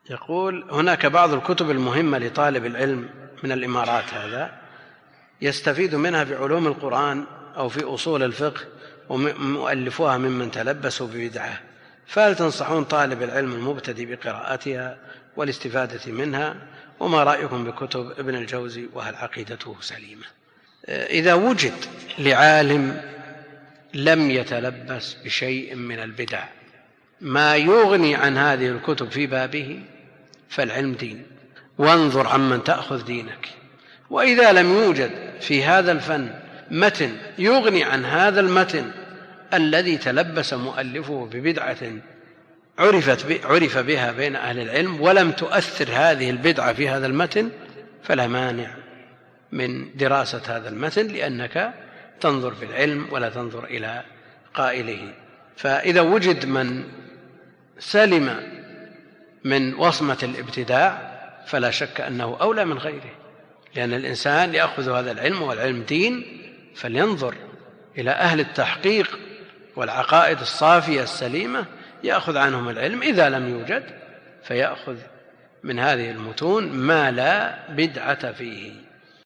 يقول: هناك بعض الكتب المهمة لطالب العلم من الإمارات هذا يستفيد منها في علوم القرآن أو في أصول الفقه، ومؤلفوها ممن تلبسوا ببدعة، فهل تنصحون طالب العلم المبتدئ بقراءتها والاستفادة منها؟ وما رأيكم بكتب ابن الجوزي، وهل عقيدته سليمة؟ إذا وجد لعالم لم يتلبس بشيء من البدع ما يغني عن هذه الكتب في بابه فالعلم دين، وانظر عمن تأخذ دينك. وإذا لم يوجد في هذا الفن متن يغني عن هذا المتن الذي تلبس مؤلفه ببدعة عرف بها بين أهل العلم ولم تؤثر هذه البدعة في هذا المتن، فلا مانع من دراسة هذا المتن، لأنك تنظر في العلم ولا تنظر إلى قائله. فإذا وجد من سلم من وصمة الابتداع فلا شك أنه أولى من غيره، لأن الإنسان يأخذ هذا العلم والعلم دين، فلينظر إلى أهل التحقيق والعقائد الصافية السليمة يأخذ عنهم العلم. إذا لم يوجد فيأخذ من هذه المتون ما لا بدعة فيه.